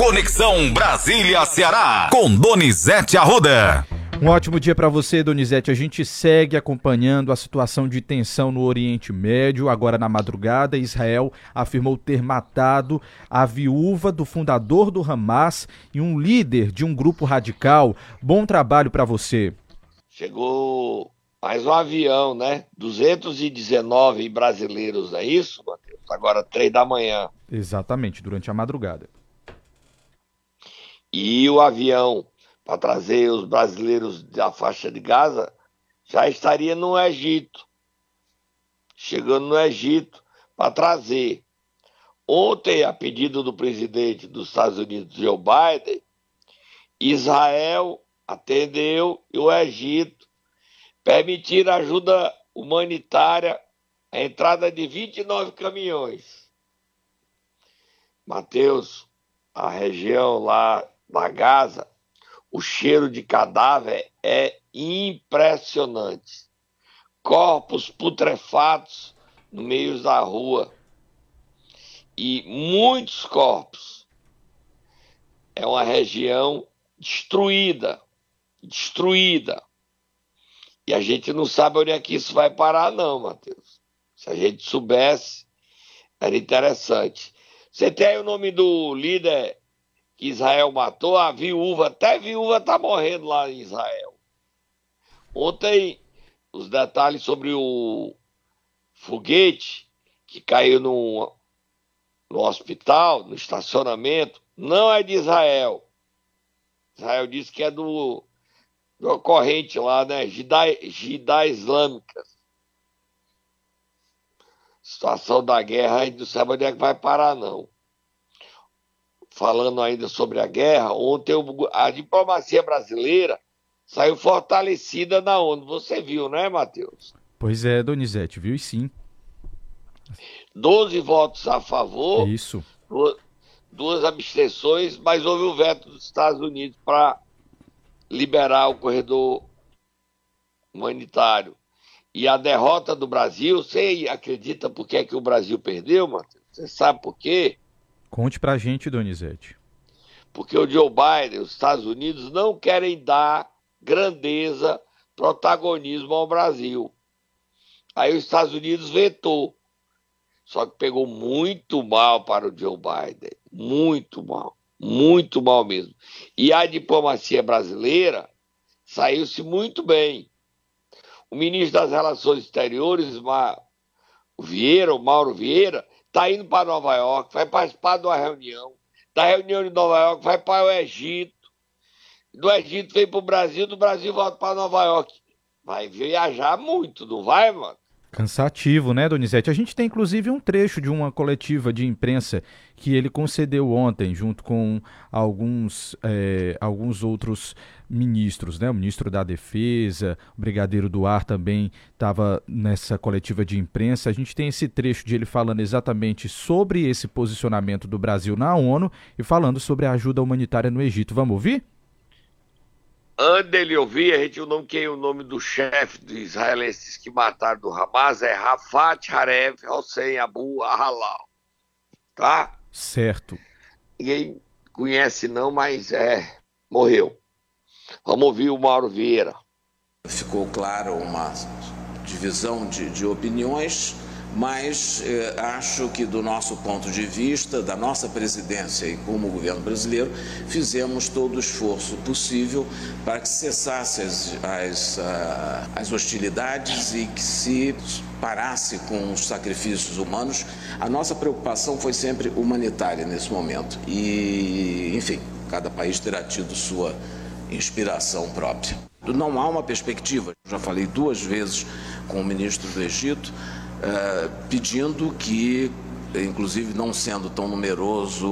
Conexão Brasília-Ceará, com Donizete Arruda. Um ótimo dia para você, Donizete. A gente segue acompanhando a situação de tensão no Oriente Médio. Agora, na madrugada, Israel afirmou ter matado a viúva do fundador do Hamas e um líder de um grupo radical. Bom trabalho para você. Chegou mais um avião, né? 219 brasileiros, é isso, Matheus? Agora 3 da manhã. Exatamente, durante a madrugada. E o avião para trazer os brasileiros da faixa de Gaza já estaria no Egito. Chegando no Egito para trazer. Ontem, a pedido do presidente dos Estados Unidos, Joe Biden, Israel atendeu e o Egito permitiram ajuda humanitária, a entrada de 29 caminhões. Mateus, a região lá da Gaza, o cheiro de cadáver é impressionante. Corpos putrefatos no meio da rua. E muitos corpos. É uma região destruída. E a gente não sabe onde é que isso vai parar, não, Matheus. Se a gente soubesse, era interessante. Você tem aí o nome do líder que Israel matou, a viúva. Até viúva está morrendo lá em Israel. Ontem, os detalhes sobre o foguete que caiu no hospital, no estacionamento, não é de Israel. Israel disse que é do corrente lá, né? Jihad Islâmica. Situação da guerra, a gente não sabe onde é que vai parar, não. Falando ainda sobre a guerra, ontem a diplomacia brasileira saiu fortalecida na ONU. Você viu, né, Matheus? Pois é, Donizete, viu? E sim. 12 votos a favor. Isso. Duas abstenções, mas houve o veto dos Estados Unidos para liberar o corredor humanitário. E a derrota do Brasil, você acredita por que é que o Brasil perdeu, Matheus? Você sabe por quê? Conte pra gente, Donizete. Porque o Joe Biden, os Estados Unidos, não querem dar grandeza, protagonismo ao Brasil. Aí os Estados Unidos vetou. Só que pegou muito mal para o Joe Biden. Muito mal mesmo. E a diplomacia brasileira saiu-se muito bem. O ministro das Relações Exteriores, o Mauro Vieira, está indo para Nova York, vai participar de uma reunião. Da reunião de Nova York vai para o Egito. Do Egito vem para o Brasil, do Brasil volta para Nova York. Vai viajar muito, não vai, mano? Cansativo, né, Donizete? A gente tem, inclusive, um trecho de uma coletiva de imprensa que ele concedeu ontem, junto com alguns outros ministros, né? O ministro da Defesa, o brigadeiro do Ar também estava nessa coletiva de imprensa. A gente tem esse trecho de ele falando exatamente sobre esse posicionamento do Brasil na ONU e falando sobre a ajuda humanitária no Egito. Vamos ouvir? Antes dele ouvir, a gente não quer o nome do chefe dos israelenses que mataram do Hamas, é Rafat Harev Hossein Abu Halal, tá? Certo. Ninguém conhece não, mas morreu. Vamos ouvir o Mauro Vieira. Ficou claro uma divisão de opiniões, mas acho que do nosso ponto de vista, da nossa presidência e como governo brasileiro, fizemos todo o esforço possível para que cessasse as hostilidades e que se parasse com os sacrifícios humanos. A nossa preocupação foi sempre humanitária nesse momento e, enfim, cada país terá tido sua inspiração própria. Não há uma perspectiva, já falei 2 vezes com o ministro do Egito, pedindo que, inclusive não sendo tão numeroso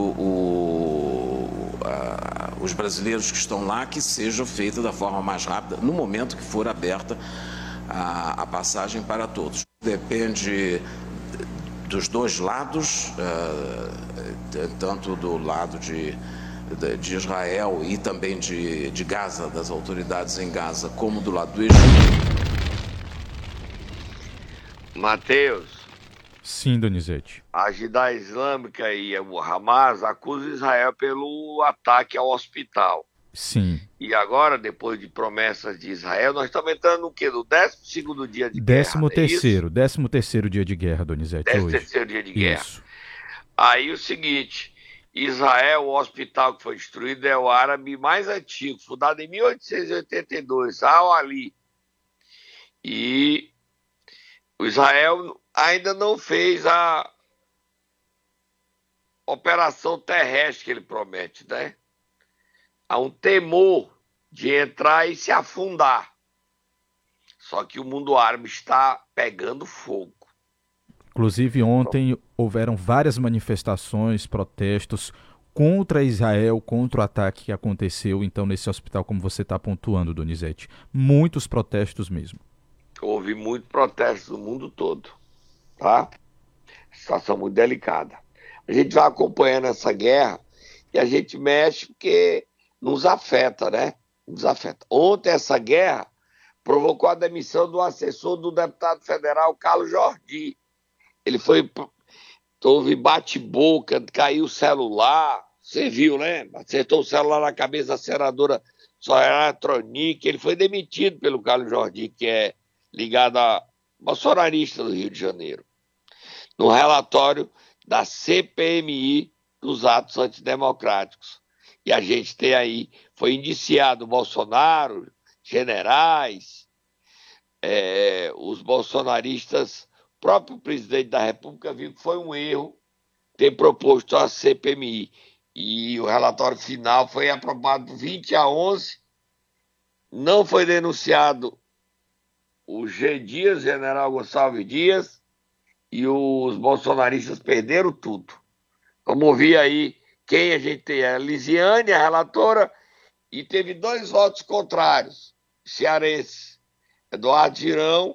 os brasileiros que estão lá, que seja feita da forma mais rápida, no momento que for aberta a passagem para todos. Depende dos dois lados, tanto do lado de Israel e também de Gaza, das autoridades em Gaza, como do lado do Egito. Matheus, Sim, Donizete. A Jihad Islâmica e o Hamas acusam Israel pelo ataque ao hospital. Sim. E agora, depois de promessas de Israel, nós estamos entrando no quê? No 12º dia de guerra. 13º dia de guerra, Donizete. 13º dia de guerra. Isso. Aí o seguinte, Israel, o hospital que foi destruído, é o árabe mais antigo, fundado em 1882, Al-Ali. E o Israel ainda não fez a operação terrestre que ele promete, né? Há um temor de entrar e se afundar. Só que o mundo árabe está pegando fogo. Inclusive, ontem houveram várias manifestações, protestos contra Israel, contra o ataque que aconteceu, então, nesse hospital, como você está pontuando, Donizete. Muitos protestos mesmo. Houve muito protesto no mundo todo, tá? Situação muito delicada. A gente vai acompanhando essa guerra e a gente mexe porque nos afeta, né? Nos afeta. Ontem essa guerra provocou a demissão do assessor do deputado federal Carlos Jordi. Ele houve bate-boca, caiu o celular, você viu, né? Acertou o celular na cabeça da senadora Soraya Tronic. Ele foi demitido pelo Carlos Jordi, que é ligado a bolsonarista do Rio de Janeiro, no relatório da CPMI dos atos antidemocráticos. E a gente tem aí, foi indiciado o Bolsonaro, generais, os bolsonaristas, o próprio presidente da República viu que foi um erro ter proposto a CPMI. E o relatório final foi aprovado 20-11, não foi denunciado o G. Dias, general Gonçalves Dias, e os bolsonaristas perderam tudo. Vamos ouvir aí quem a gente tem. A Lisiane, a relatora, e teve 2 votos contrários, cearenses, Eduardo Girão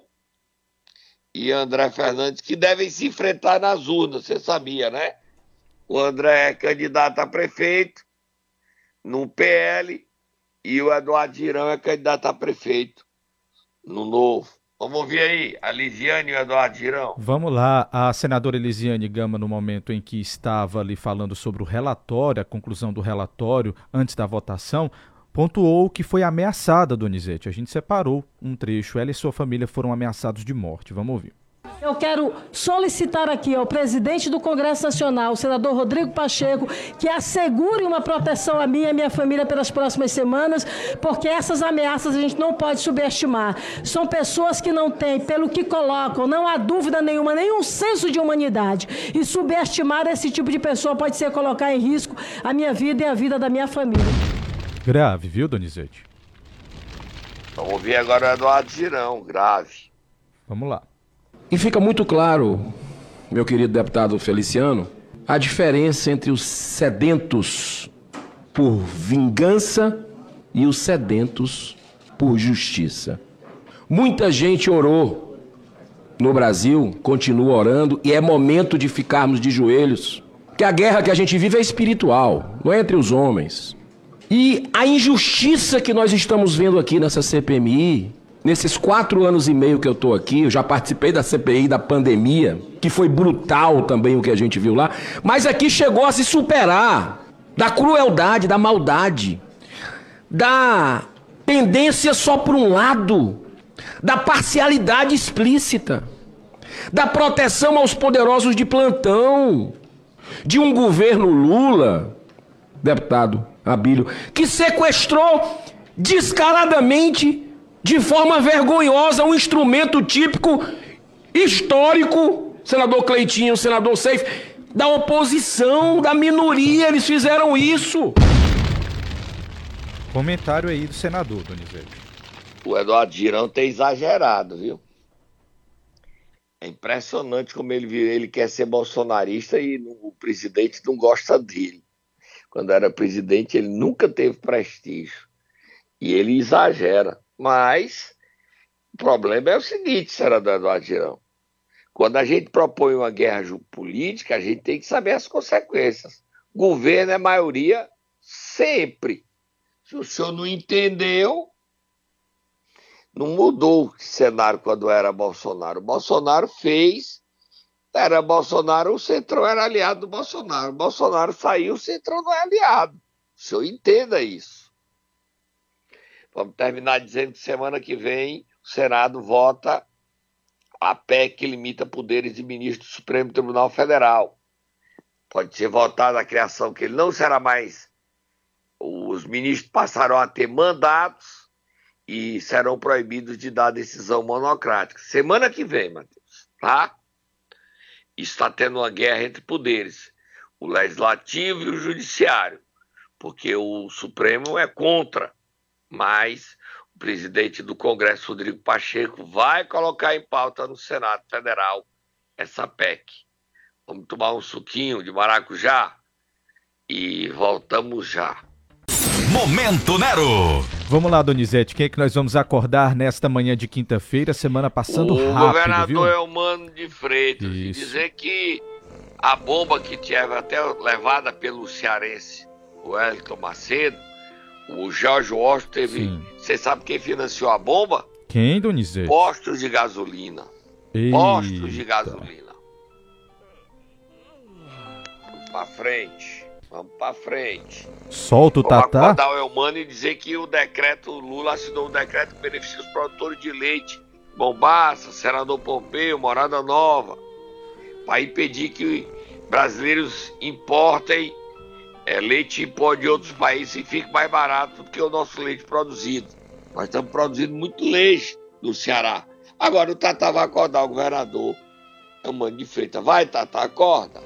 e André Fernandes, que devem se enfrentar nas urnas, você sabia, né? O André é candidato a prefeito no PL e o Eduardo Girão é candidato a prefeito no Novo. Vamos ouvir aí a Lisiane e o Eduardo Girão. Vamos lá, a senadora Elisiane Gama, no momento em que estava ali falando sobre o relatório, a conclusão do relatório antes da votação, pontuou que foi ameaçada, Donizete. A gente separou um trecho, ela e sua família foram ameaçados de morte. Vamos ouvir. Eu quero solicitar aqui ao presidente do Congresso Nacional, o senador Rodrigo Pacheco, que assegure uma proteção a mim e a minha família pelas próximas semanas, porque essas ameaças a gente não pode subestimar. São pessoas que não têm, pelo que colocam, não há dúvida nenhuma, nenhum senso de humanidade. E subestimar esse tipo de pessoa pode ser colocar em risco a minha vida e a vida da minha família. Grave, viu, Donizete? Vamos ouvir agora o Eduardo Girão, grave. Vamos lá. E fica muito claro, meu querido deputado Feliciano, a diferença entre os sedentos por vingança e os sedentos por justiça. Muita gente orou no Brasil, continua orando, e é momento de ficarmos de joelhos, que a guerra que a gente vive é espiritual, não é entre os homens. E a injustiça que nós estamos vendo aqui nessa CPMI, nesses 4 anos e meio que eu estou aqui, eu já participei da CPI da pandemia, que foi brutal também o que a gente viu lá, mas aqui chegou a se superar da crueldade, da maldade, da pendência só por um lado, da parcialidade explícita, da proteção aos poderosos de plantão, de um governo Lula, deputado Abílio, que sequestrou descaradamente, de forma vergonhosa, um instrumento típico, histórico, senador Cleitinho, senador Seif, da oposição, da minoria, eles fizeram isso. Comentário aí do senador, Donizete. O Eduardo Girão tem exagerado, viu? É impressionante como ele quer ser bolsonarista e o presidente não gosta dele. Quando era presidente, ele nunca teve prestígio. E ele exagera. Mas o problema é o seguinte, senador Eduardo Girão. Quando a gente propõe uma guerra política, a gente tem que saber as consequências. Governo é maioria sempre. Se o senhor não entendeu, não mudou o cenário quando era Bolsonaro. O Bolsonaro fez Era Bolsonaro, o Centrão era aliado do Bolsonaro. O Bolsonaro saiu, o Centrão não é aliado. O senhor entenda isso. Vamos terminar dizendo que semana que vem o Senado vota a PEC que limita poderes de ministro do Supremo Tribunal Federal. Pode ser votada a criação que ele não será mais. Os ministros passarão a ter mandatos e serão proibidos de dar decisão monocrática. Semana que vem, Matheus, tá? Está tendo uma guerra entre poderes, o legislativo e o judiciário, porque o Supremo é contra, mas o presidente do Congresso, Rodrigo Pacheco, vai colocar em pauta no Senado Federal essa PEC. Vamos tomar um suquinho de maracujá e voltamos já. Momento Nero! Vamos lá, Donizete, quem é que nós vamos acordar nesta manhã de quinta-feira, semana passando rápido, viu? O governador Eumano de Freitas, e dizer que a bomba que tinha até levada pelo cearense, o Wellington Macedo, o Jorge Washington teve... Sim. Você sabe quem financiou a bomba? Quem, Donizete? Postos de gasolina. Eita. Postos de gasolina. Vamos pra frente. Vamos pra frente. Solta o Tatá. Vamos acordar o Eumano e dizer que o Lula assinou um decreto que beneficia os produtores de leite, Mombaça, Senador Pompeu, Morada Nova, para impedir que brasileiros importem leite em pó de outros países e fique mais barato do que o nosso leite produzido. Nós estamos produzindo muito leite no Ceará. Agora o Tatá vai acordar o governador Eumano de Freitas. Vai, Tatá, acorda.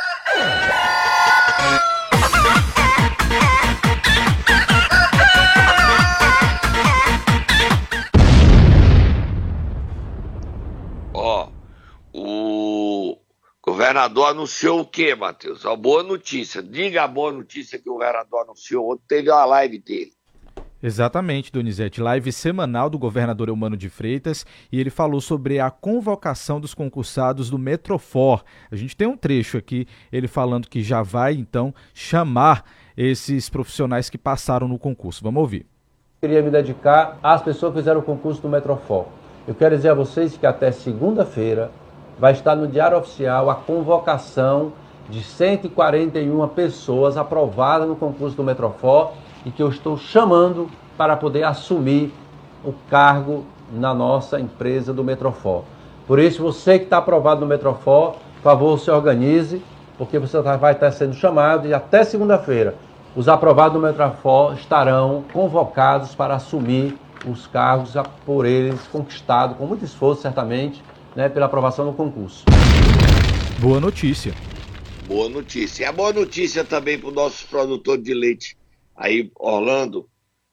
Ó, o governador anunciou o quê, Matheus? A boa notícia. Diga a boa notícia que o governador anunciou. Ontem teve uma live dele. Exatamente, Donizete. Live semanal do governador Eumano de Freitas, e ele falou sobre a convocação dos concursados do Metrofor. A gente tem um trecho aqui, ele falando que já vai, então, chamar esses profissionais que passaram no concurso. Vamos ouvir. Queria me dedicar às pessoas que fizeram o concurso do Metrofor. Eu quero dizer a vocês que até segunda-feira vai estar no Diário Oficial a convocação de 141 pessoas aprovadas no concurso do Metrofor e que eu estou chamando para poder assumir o cargo na nossa empresa do Metrofor. Por isso, você que está aprovado no Metrofor, por favor, se organize, porque você vai estar sendo chamado e até segunda-feira os aprovados do Metrofor estarão convocados para assumir os cargos por eles conquistados, com muito esforço, certamente, né, pela aprovação do concurso. Boa notícia. Boa notícia. E a boa notícia também para os nossos produtores de leite. Aí, Orlando,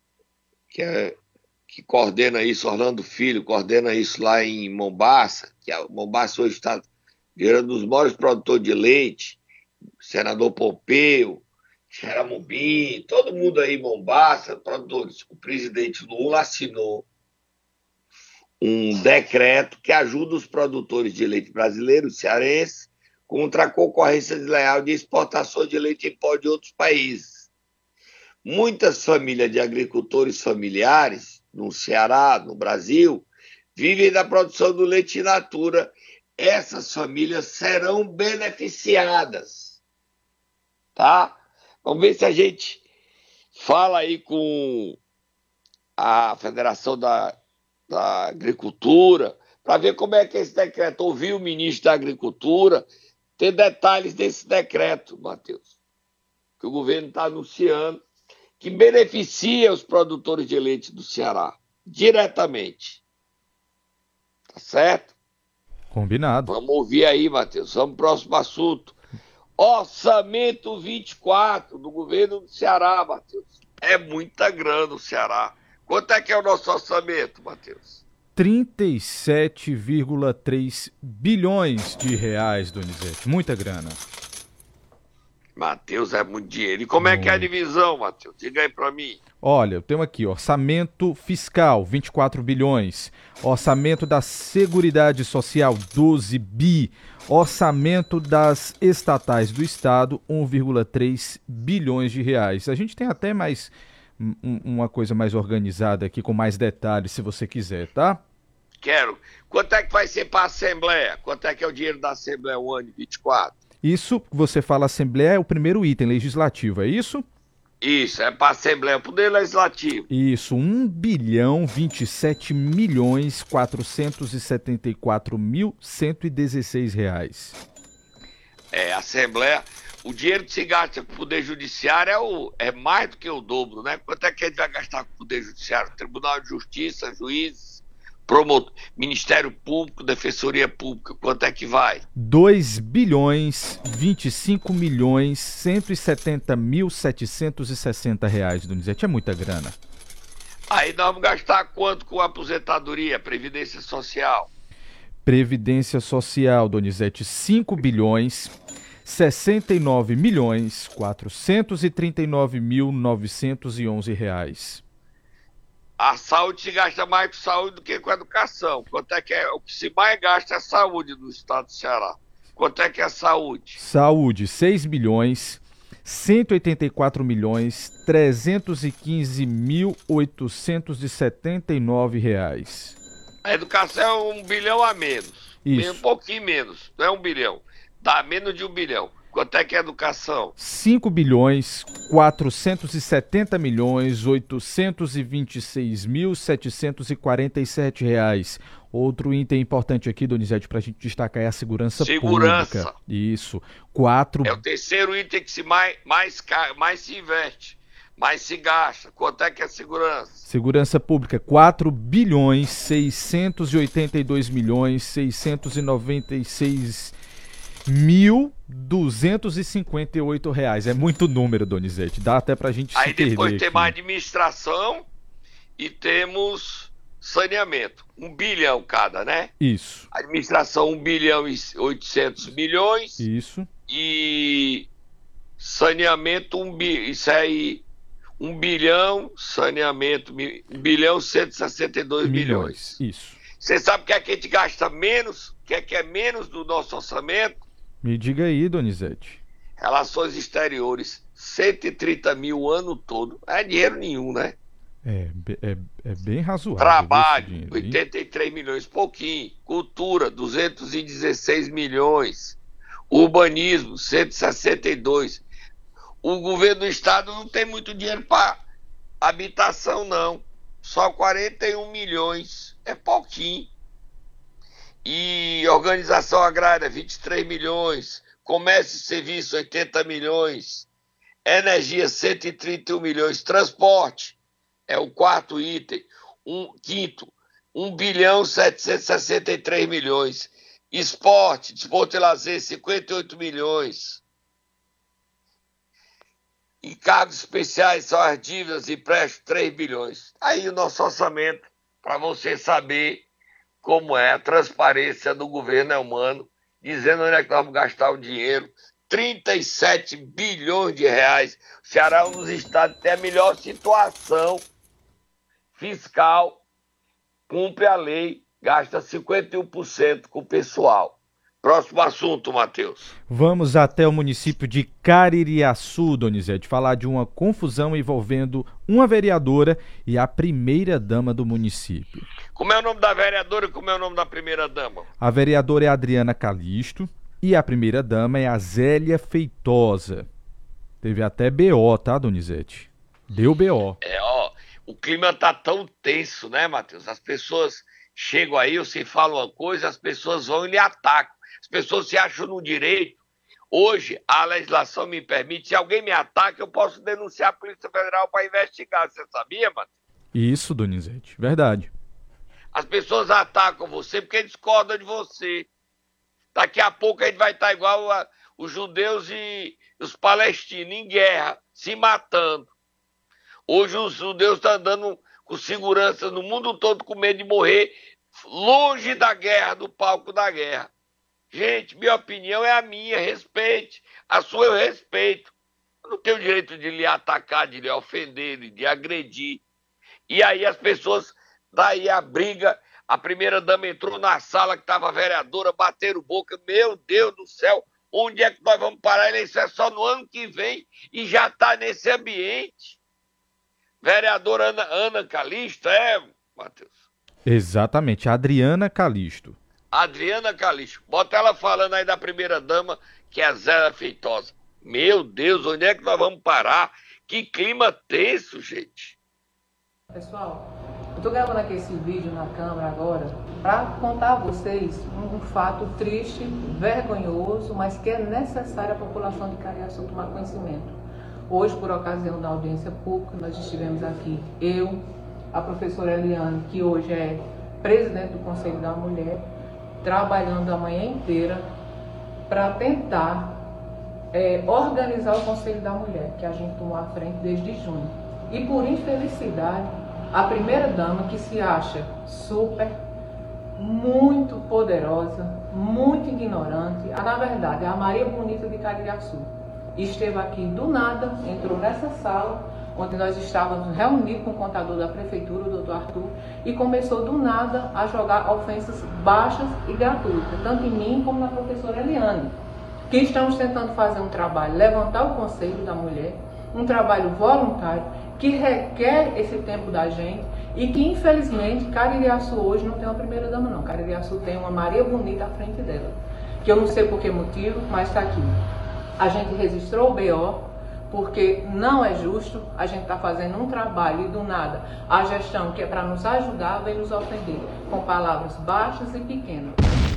que coordena isso, Orlando Filho, coordena isso lá em Mombaça, que a Mombaça hoje está gerando os maiores produtores de leite, Senador Pompeu, Xeramubim, todo mundo aí em Mombaça, produtores. O presidente Lula assinou um decreto que ajuda os produtores de leite brasileiros, cearenses, contra a concorrência desleal de exportação de leite em pó de outros países. Muitas famílias de agricultores familiares, no Ceará, no Brasil, vivem da produção do leite in natura. Essas famílias serão beneficiadas. Tá? Vamos ver se a gente fala aí com a Federação da Agricultura, para ver como é que esse decreto, ouvir o ministro da Agricultura, ter detalhes desse decreto, Matheus, que o governo está anunciando, que beneficia os produtores de leite do Ceará, diretamente. Tá certo? Combinado. Vamos ouvir aí, Matheus. Vamos pro próximo assunto. Orçamento 24 do governo do Ceará, Matheus. É muita grana o Ceará. Quanto é que é o nosso orçamento, Matheus? 37,3 bilhões de reais, Donizete. Muita grana. Matheus, é muito dinheiro. E como é que é a divisão, Matheus? Diga aí pra mim. Olha, eu tenho aqui, orçamento fiscal, 24 bilhões. Orçamento da Seguridade Social, 12 bi. Orçamento das estatais do Estado, 1,3 bilhões de reais. A gente tem até mais uma coisa mais organizada aqui, com mais detalhes, se você quiser, tá? Quero. Quanto é que vai ser para a Assembleia? Quanto é que é o dinheiro da Assembleia o ano de 24? Isso, você fala Assembleia, é o primeiro item legislativo, é isso? Isso, é para a Assembleia, o Poder Legislativo. Isso, 1.027.474.116 reais. A Assembleia, o dinheiro que se gasta com o Poder Judiciário é mais do que o dobro, né? Quanto é que a gente vai gastar com o Poder Judiciário? Tribunal de Justiça, juízes, promotor, Ministério Público, Defensoria Pública, quanto é que vai? 2.025.170.760 reais, Donizete, é muita grana. Aí nós vamos gastar quanto com a aposentadoria, Previdência Social? Previdência Social, Donizete, 5.669.439.911 reais. A saúde se gasta mais com saúde do que com educação. Quanto é que é? O que se mais gasta é a saúde no estado do Ceará. Quanto é que é a saúde? Saúde, 6.184.315.879 reais. A educação é 1 bilhão a menos. Isso. Um pouquinho menos, não é 1 bilhão. Dá menos de 1 bilhão. Quanto é que é educação? 5.470.826.747 reais. Outro item importante aqui, Donizete, para a gente destacar é a segurança pública. Isso. É o terceiro item que mais se investe, mais se gasta. Quanto é que é a segurança? Segurança pública, 4.682.696.258 reais. É muito número, Donizete. Dá até pra gente se perder. Aí depois tem aqui. mais administração e temos saneamento. 1 bilhão cada, né? Isso. Administração 1 bilhão e 800 milhões. Isso. E saneamento, isso aí, 1 bilhão, saneamento, 1 bilhão e 162 milhões. Isso. Você sabe o que é que a gente gasta menos? O que é menos do nosso orçamento? Me diga aí, Donizete. Relações exteriores, 130 mil o ano todo. Não é dinheiro nenhum, né? É bem razoável. Trabalho, dinheiro, 83 milhões, pouquinho. Cultura, 216 milhões. Urbanismo, 162. O governo do estado não tem muito dinheiro para habitação, não. Só 41 milhões. É pouquinho. E organização agrária, 23 milhões. Comércio e serviço, 80 milhões. Energia, 131 milhões. Transporte, é o quarto item. Quinto, 1 bilhão e 763 milhões. Esporte, desporto e lazer, 58 milhões. Encargos especiais são as dívidas e empréstimos, 3 bilhões. Aí o nosso orçamento, para você saber como é a transparência do governo humano, dizendo onde é que nós vamos gastar o dinheiro. 37 bilhões de reais. O Ceará é um dos estados que tem a melhor situação fiscal, cumpre a lei, gasta 51% com o pessoal. Próximo assunto, Matheus. Vamos até o município de Caririaçu, Donizete, falar de uma confusão envolvendo uma vereadora e a primeira-dama do município. Como é o nome da vereadora e como é o nome da primeira-dama? A vereadora é a Adriana Calisto e a primeira-dama é a Zélia Feitosa. Teve até BO, tá, Donizete? Deu BO. O clima tá tão tenso, né, Matheus? As pessoas chegam aí, você fala uma coisa, as pessoas vão e lhe atacam. As pessoas se acham no direito. Hoje, a legislação me permite, se alguém me ataca, eu posso denunciar a Polícia Federal para investigar. Você sabia, Matheus? Isso, Donizete, verdade. As pessoas atacam você porque discordam de você. Daqui a pouco a gente vai estar igual os judeus e os palestinos, em guerra, se matando. Hoje os judeus estão andando com segurança no mundo todo com medo de morrer longe da guerra, do palco da guerra. Gente, minha opinião é a minha, respeite. A sua eu respeito. Eu não tenho direito de lhe atacar, de lhe ofender, de agredir. E aí as pessoas, daí a briga, a primeira-dama entrou na sala que estava a vereadora, bateram boca. Meu Deus do céu, onde é que nós vamos parar a eleição? É só no ano que vem e já está nesse ambiente. Vereadora Ana Calisto, Matheus? Exatamente, Adriana Calixto. Adriana Calixto. Bota ela falando aí da primeira-dama, que é a Zélia Feitosa. Meu Deus, onde é que nós vamos parar? Que clima tenso, gente. Pessoal, eu tô gravando aqui esse vídeo na câmera agora para contar a vocês um fato triste, vergonhoso, mas que é necessário a população de Cariaçu tomar conhecimento. Hoje, por ocasião da audiência pública, nós estivemos aqui, eu, a professora Eliane, que hoje é presidente do Conselho da Mulher, trabalhando a manhã inteira para tentar organizar o Conselho da Mulher, que a gente tomou à frente desde junho. E por infelicidade, a primeira-dama, que se acha super, muito poderosa, muito ignorante, na verdade, é a Maria Bonita de Caririaçu, esteve aqui do nada, entrou nessa sala, onde nós estávamos reunidos com o contador da prefeitura, o doutor Arthur, e começou do nada a jogar ofensas baixas e gratuitas, tanto em mim como na professora Eliane, que estamos tentando fazer um trabalho, levantar o Conselho da Mulher, um trabalho voluntário, que requer esse tempo da gente, e que infelizmente Caririaçu hoje não tem uma primeira-dama não, Caririaçu tem uma Maria Bonita à frente dela, que eu não sei por que motivo, mas está aqui. A gente registrou o BO, porque não é justo a gente estar fazendo um trabalho e do nada a gestão, que é para nos ajudar, vem nos ofender com palavras baixas e pequenas.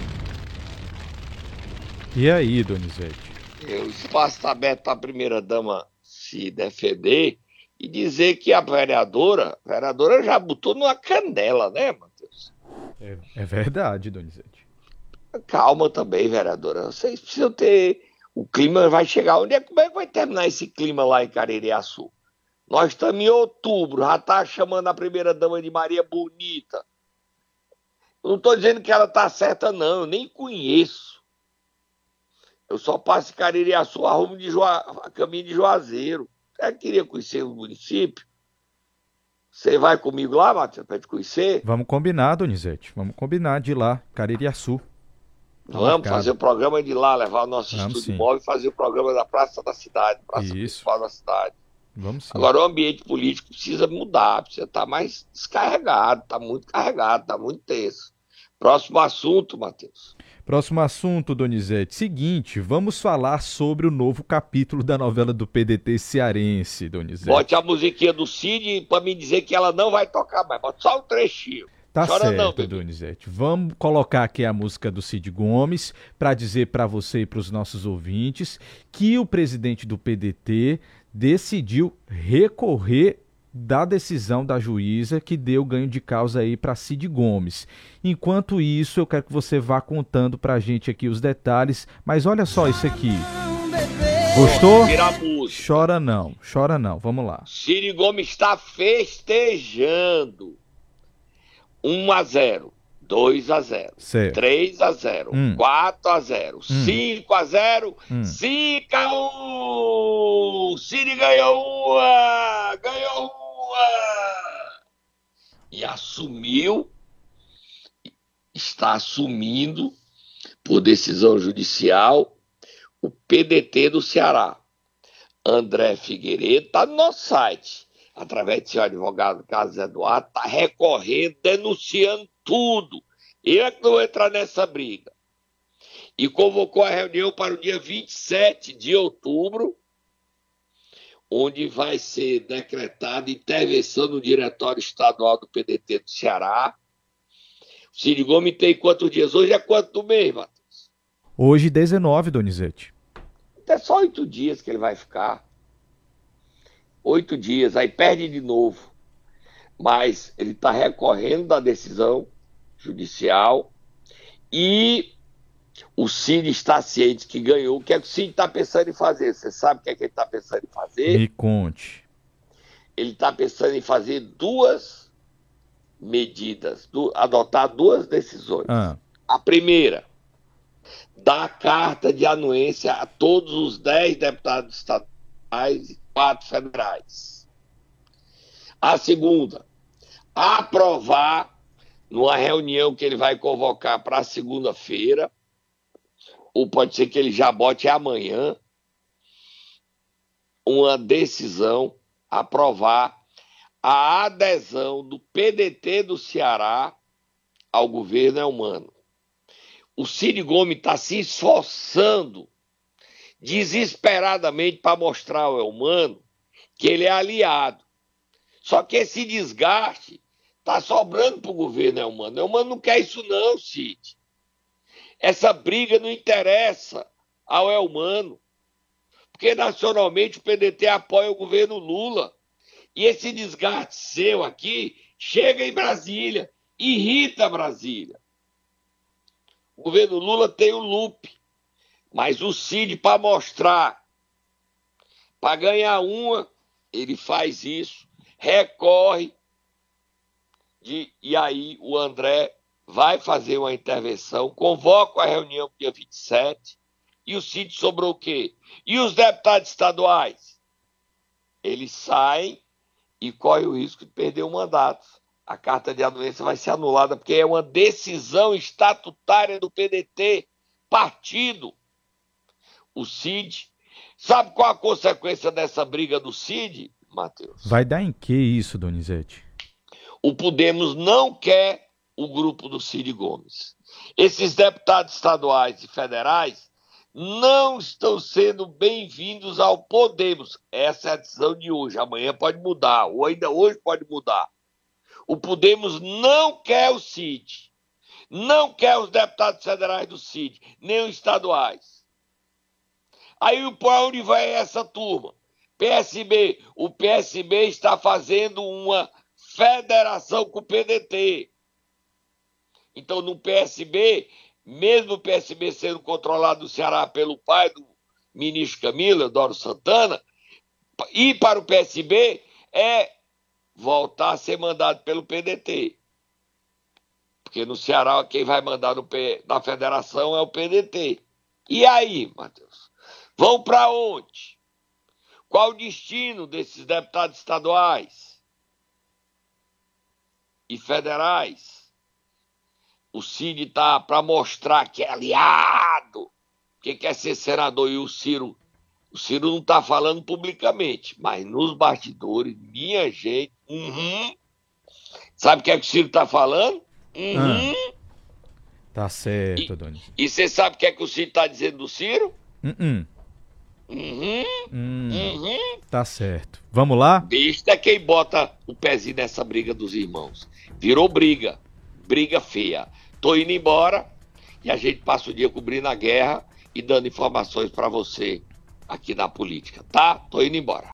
E aí, Donizete? O espaço está aberto para a primeira-dama se defender e dizer que a vereadora já botou numa canela, né, Matheus? É verdade, Donizete. Calma também, vereadora. Vocês precisam ter... O clima vai chegar. Como é que vai terminar esse clima lá em Caririaçu? Nós estamos em outubro, já está chamando a primeira-dama de Maria Bonita. Eu não estou dizendo que ela está certa, não. Eu nem conheço. Eu só passo em Caririaçu a rumo a caminho de Juazeiro. Você queria conhecer o município? Você vai comigo lá, Matheus, para te conhecer? Vamos combinar, Donizete. Vamos combinar de ir lá, Caririaçu. Vamos fazer o programa de lá, levar o nosso estúdio móvel e fazer o programa da Praça da Cidade, Praça Principal da cidade. Vamos sim. Agora o ambiente político precisa mudar, precisa estar mais descarregado, está muito carregado, está muito tenso. Próximo assunto, Matheus. Próximo assunto, Donizete. Seguinte, vamos falar sobre o novo capítulo da novela do PDT cearense, Donizete. Bote a musiquinha do Cid para me dizer que ela não vai tocar mais, bota só um trechinho. Tá Chora certo, não, Donizete. Vamos colocar aqui a música do Cid Gomes para dizer para você e para os nossos ouvintes que o presidente do PDT decidiu recorrer da decisão da juíza que deu ganho de causa aí para Cid Gomes. Enquanto isso, eu quero que você vá contando para a gente aqui os detalhes, mas olha só isso aqui. Gostou? Chora não, vamos lá. Cid Gomes está festejando. 1-0, 2-0, 3-0, 4-0, 5-0, 5-1. Cid ganhou uma! E está assumindo, por decisão judicial, o PDT do Ceará. André Figueiredo está no nosso site, através de seu advogado Carlos Eduardo, está recorrendo, denunciando tudo. Eu é que não vou entrar nessa briga. E convocou a reunião para o dia 27 de outubro, onde vai ser decretada intervenção no Diretório Estadual do PDT do Ceará. O Cid Gomes tem quantos dias? Hoje é quanto do mês, Matheus? Hoje 19, Donizete. É só 8 dias que ele vai ficar. 8 dias, aí perde de novo. Mas ele está recorrendo da decisão judicial e o Cid está ciente que ganhou. O que é que o Cid está pensando em fazer? Você sabe o que é que ele está pensando em fazer? Me conte. Ele está pensando em fazer 2 medidas, adotar 2 decisões. A primeira, dar carta de anuência a todos os 10 deputados estaduais e 4 federais. A segunda, aprovar, numa reunião que ele vai convocar para segunda-feira, ou pode ser que ele já bote amanhã, uma decisão, aprovar a adesão do PDT do Ceará ao governo Elmano. O Cid Gomes está se esforçando desesperadamente para mostrar ao Elmano que ele é aliado. Só que esse desgaste está sobrando para o governo Elmano. Elmano não quer isso não, Cid. Essa briga não interessa ao Elmano, porque nacionalmente o PDT apoia o governo Lula. E esse desgaste seu aqui chega em Brasília, irrita Brasília. O governo Lula tem o Lupe, mas o Cid, para mostrar, para ganhar uma, ele faz isso, recorre, e aí o André vai fazer uma intervenção, convoca a reunião dia 27, e o Cid sobrou o quê? E os deputados estaduais? Eles saem e correm o risco de perder o mandato. A carta de anuência vai ser anulada, porque é uma decisão estatutária do PDT, partido. O Cid, sabe qual a consequência dessa briga do Cid, Matheus? Vai dar em que isso, Donizete? O Podemos não quer o grupo do Cid Gomes. Esses deputados estaduais e federais não estão sendo bem-vindos ao Podemos. Essa é a decisão de hoje. Amanhã pode mudar, ou ainda hoje pode mudar. O Podemos não quer o Cid, não quer os deputados federais do Cid, nem os estaduais. Aí para onde vai essa turma? PSB. O PSB está fazendo uma federação com o PDT. Então no PSB, mesmo o PSB sendo controlado no Ceará pelo pai do ministro Camilo, Eudoro Santana, ir para o PSB é voltar a ser mandado pelo PDT. Porque no Ceará quem vai mandar na federação é o PDT. E aí, Matheus? Vão para onde? Qual o destino desses deputados estaduais e federais? O Cid está para mostrar que é aliado, que quer ser senador, e o Ciro não está falando publicamente, mas nos bastidores, minha gente, sabe o que é que o Ciro está falando? Tá certo, Doni. E você sabe o que é que o Ciro está dizendo do Ciro? Tá certo. Vamos lá? Besta é quem bota o pezinho nessa briga dos irmãos. Virou briga feia. Tô indo embora e a gente passa o dia cobrindo a guerra e dando informações para você aqui na política, tá? Tô indo embora.